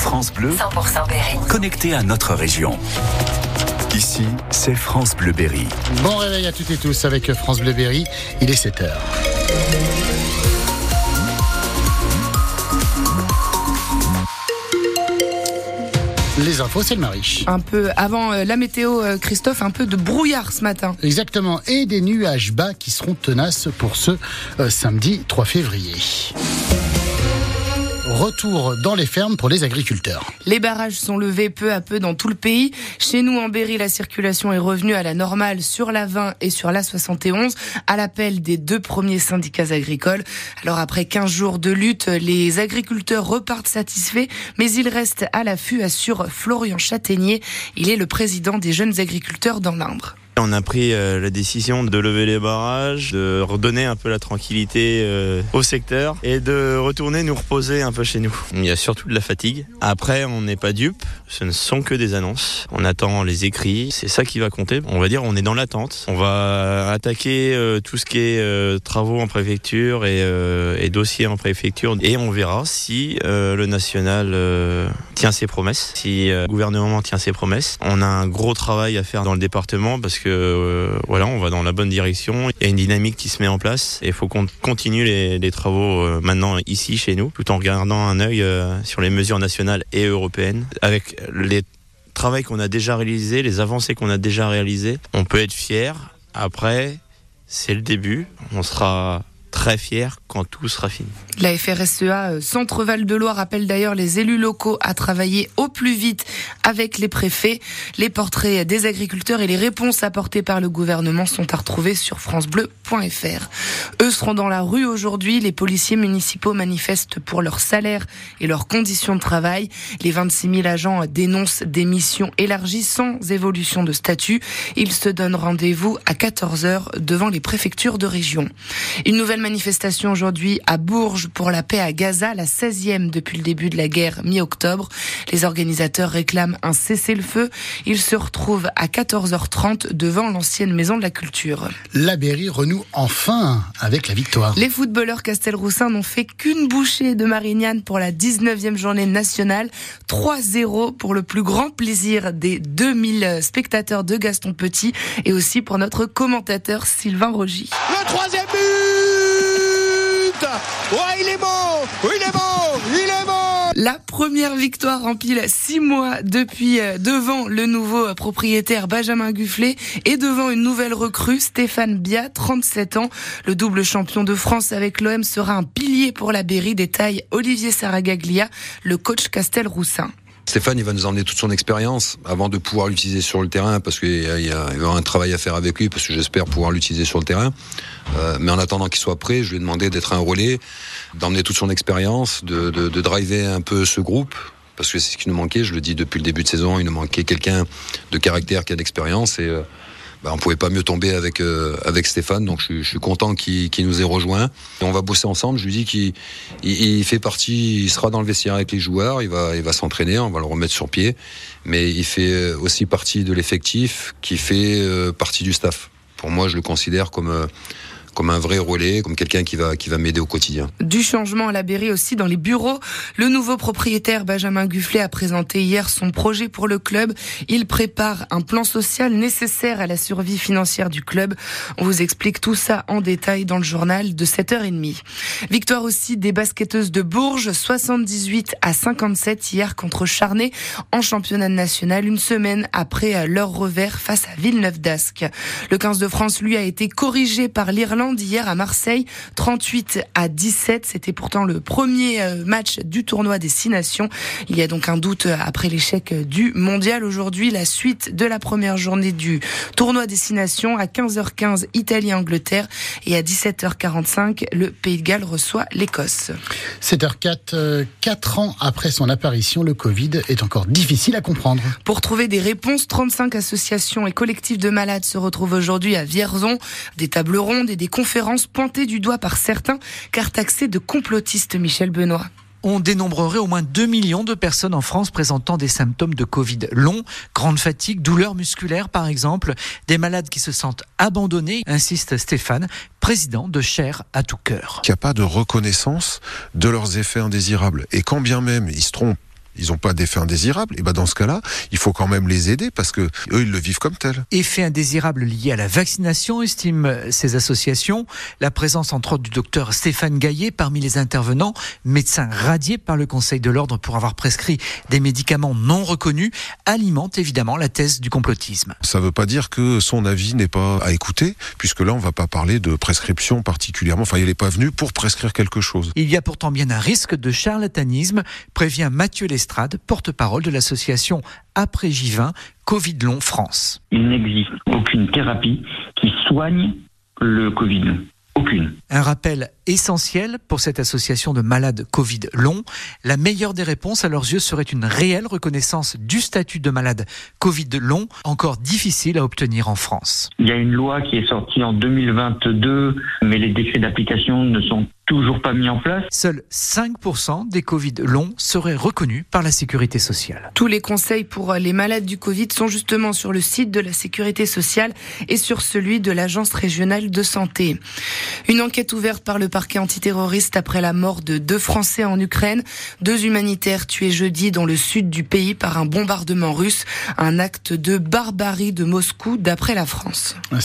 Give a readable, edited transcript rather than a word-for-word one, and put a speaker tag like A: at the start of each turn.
A: France Bleu,
B: 100% Berry.
A: connecté à notre région. Ici, c'est France Bleu Berry.
C: Bon réveil à toutes et tous avec France Bleu Berry, il est 7h. Les infos, c'est le Mariche.
D: Un peu avant la météo, Christophe, un peu de brouillard ce matin.
C: Exactement, et des nuages bas qui seront tenaces pour ce samedi 3 février. Retour dans les fermes pour les agriculteurs.
D: Les barrages sont levés peu à peu dans tout le pays. Chez nous, en Berry, la circulation est revenue à la normale sur la 20 et sur la 71, à l'appel des 2 premiers syndicats agricoles. Alors après 15 jours de lutte, les agriculteurs repartent satisfaits, mais ils restent à l'affût, assure Florian Châtaignier. Il est le président des jeunes agriculteurs dans l'Indre.
E: On a pris la décision de lever les barrages, de redonner un peu la tranquillité au secteur et de retourner nous reposer un peu chez nous. Il y a surtout de la fatigue. Après, on n'est pas dupes, ce ne sont que des annonces. On attend les écrits, c'est ça qui va compter. On va dire, on est dans l'attente. On va attaquer tout ce qui est travaux en préfecture et dossiers en préfecture. Et on verra si le national tient ses promesses, si le gouvernement tient ses promesses. On a un gros travail à faire dans le département parce que voilà, on va dans la bonne direction. Il y a une dynamique qui se met en place et il faut qu'on continue les travaux maintenant ici chez nous, tout en regardant un œil sur les mesures nationales et européennes. Avec les travaux qu'on a déjà réalisés, les avancées qu'on a déjà réalisées, on peut être fier. Après, c'est le début. On sera très fiers quand tout sera fini.
D: La FRSEA Centre Val-de-Loire appelle d'ailleurs les élus locaux à travailler au plus vite avec les préfets. Les portraits des agriculteurs et les réponses apportées par le gouvernement sont à retrouver sur francebleu.fr. Eux seront dans la rue aujourd'hui. Les policiers municipaux manifestent pour leur salaire et leurs conditions de travail. Les 26 000 agents dénoncent des missions élargies sans évolution de statut. Ils se donnent rendez-vous à 14h devant les préfectures de région. Une nouvelle manifestation aujourd'hui à Bourges pour la paix à Gaza, la 16e depuis le début de la guerre mi-octobre. Les organisateurs réclament un cessez-le-feu. Ils se retrouvent à 14h30 devant l'ancienne maison de la culture.
C: La Berry renoue enfin avec la victoire.
D: Les footballeurs castelroussins n'ont fait qu'une bouchée de Marignane pour la 19e journée nationale. 3-0 pour le plus grand plaisir des 2000 spectateurs de Gaston Petit et aussi pour notre commentateur Sylvain Rogy.
F: Le 3e but! Ouais, il est beau! Il est beau! Il est beau!
D: La première victoire en pile 6 mois depuis devant le nouveau propriétaire Benjamin Gufflet et devant une nouvelle recrue Stéphane Biat, 37 ans. Le double champion de France avec l'OM sera un pilier pour la Berry, détaille Olivier Saragaglia, le coach castelroussin.
G: Stéphane, il va nous emmener toute son expérience avant de pouvoir l'utiliser sur le terrain parce qu'il y a un travail à faire avec lui parce que j'espère pouvoir l'utiliser sur le terrain. Mais en attendant qu'il soit prêt, je lui ai demandé d'être un relais, d'emmener toute son expérience, de driver un peu ce groupe parce que c'est ce qui nous manquait. Je le dis depuis le début de saison, il nous manquait quelqu'un de caractère qui a d'expérience et on pouvait pas mieux tomber avec Stéphane, donc je suis content qu'il nous ait rejoint. Et on va bosser ensemble. Je lui dis qu'il fait partie, il sera dans le vestiaire avec les joueurs, il va s'entraîner, on va le remettre sur pied, mais il fait aussi partie de l'effectif qui fait partie du staff. Pour moi, je le considère comme un vrai relais, comme quelqu'un qui va m'aider au quotidien.
D: Du changement à la Berry aussi dans les bureaux. Le nouveau propriétaire Benjamin Gufflet a présenté hier son projet pour le club. Il prépare un plan social nécessaire à la survie financière du club. On vous explique tout ça en détail dans le journal de 7h30. Victoire aussi des basketteuses de Bourges, 78-57 hier contre Charnay en championnat national, une semaine après leur revers face à Villeneuve d'Ascq. Le 15 de France, lui, a été corrigé par l'Irlande hier à Marseille, 38-17. C'était pourtant le premier match du tournoi des 6 nations. Il y a donc un doute après l'échec du mondial. Aujourd'hui, la suite de la première journée du tournoi des 6 nations. À 15h15, Italie-Angleterre et à 17h45, le Pays de Galles reçoit l'Écosse.
C: 7h04, 4 ans après son apparition, le Covid est encore difficile à comprendre.
D: Pour trouver des réponses, 35 associations et collectifs de malades se retrouvent aujourd'hui à Vierzon. Des tables rondes et des conférences pointées du doigt par certains, car taxées de complotistes. Michel Benoît.
H: On dénombrerait au moins 2 millions de personnes en France présentant des symptômes de Covid long, grande fatigue, douleurs musculaires par exemple, des malades qui se sentent abandonnés, insiste Stéphane, président de Chair à tout cœur.
I: Il n'y a pas de reconnaissance de leurs effets indésirables. Et quand bien même ils se trompent,
B: ils n'ont pas d'effet indésirable. Et dans ce cas-là, il faut quand même les aider parce que eux, ils le vivent comme tel.
H: Effet indésirable lié à la vaccination, estiment ces associations. La présence entre autres du docteur Stéphane Gaillet parmi les intervenants, médecin radié par le Conseil de l'Ordre pour avoir prescrit des médicaments non reconnus, alimente évidemment la thèse du complotisme.
B: Ça ne veut pas dire que son avis n'est pas à écouter, puisque là, on ne va pas parler de prescription particulièrement. Enfin, il n'est pas venu pour prescrire quelque chose.
H: Il y a pourtant bien un risque de charlatanisme, prévient Mathieu Lestrade, porte-parole de l'association Après J20, Covid long France.
I: Il n'existe aucune thérapie qui soigne le Covid long. Aucune.
H: Un rappel essentiel pour cette association de malades Covid long. La meilleure des réponses à leurs yeux serait une réelle reconnaissance du statut de malade Covid long, encore difficile à obtenir en France.
I: Il y a une loi qui est sortie en 2022, mais les décrets d'application ne sont toujours pas mis en place.
H: Seuls 5% des Covid longs seraient reconnus par la Sécurité sociale.
D: Tous les conseils pour les malades du Covid sont justement sur le site de la Sécurité sociale et sur celui de l'Agence régionale de santé. Une enquête ouverte par le parquet antiterroriste après la mort de 2 Français en Ukraine. 2 humanitaires tués jeudi dans le sud du pays par un bombardement russe. Un acte de barbarie de Moscou d'après la France.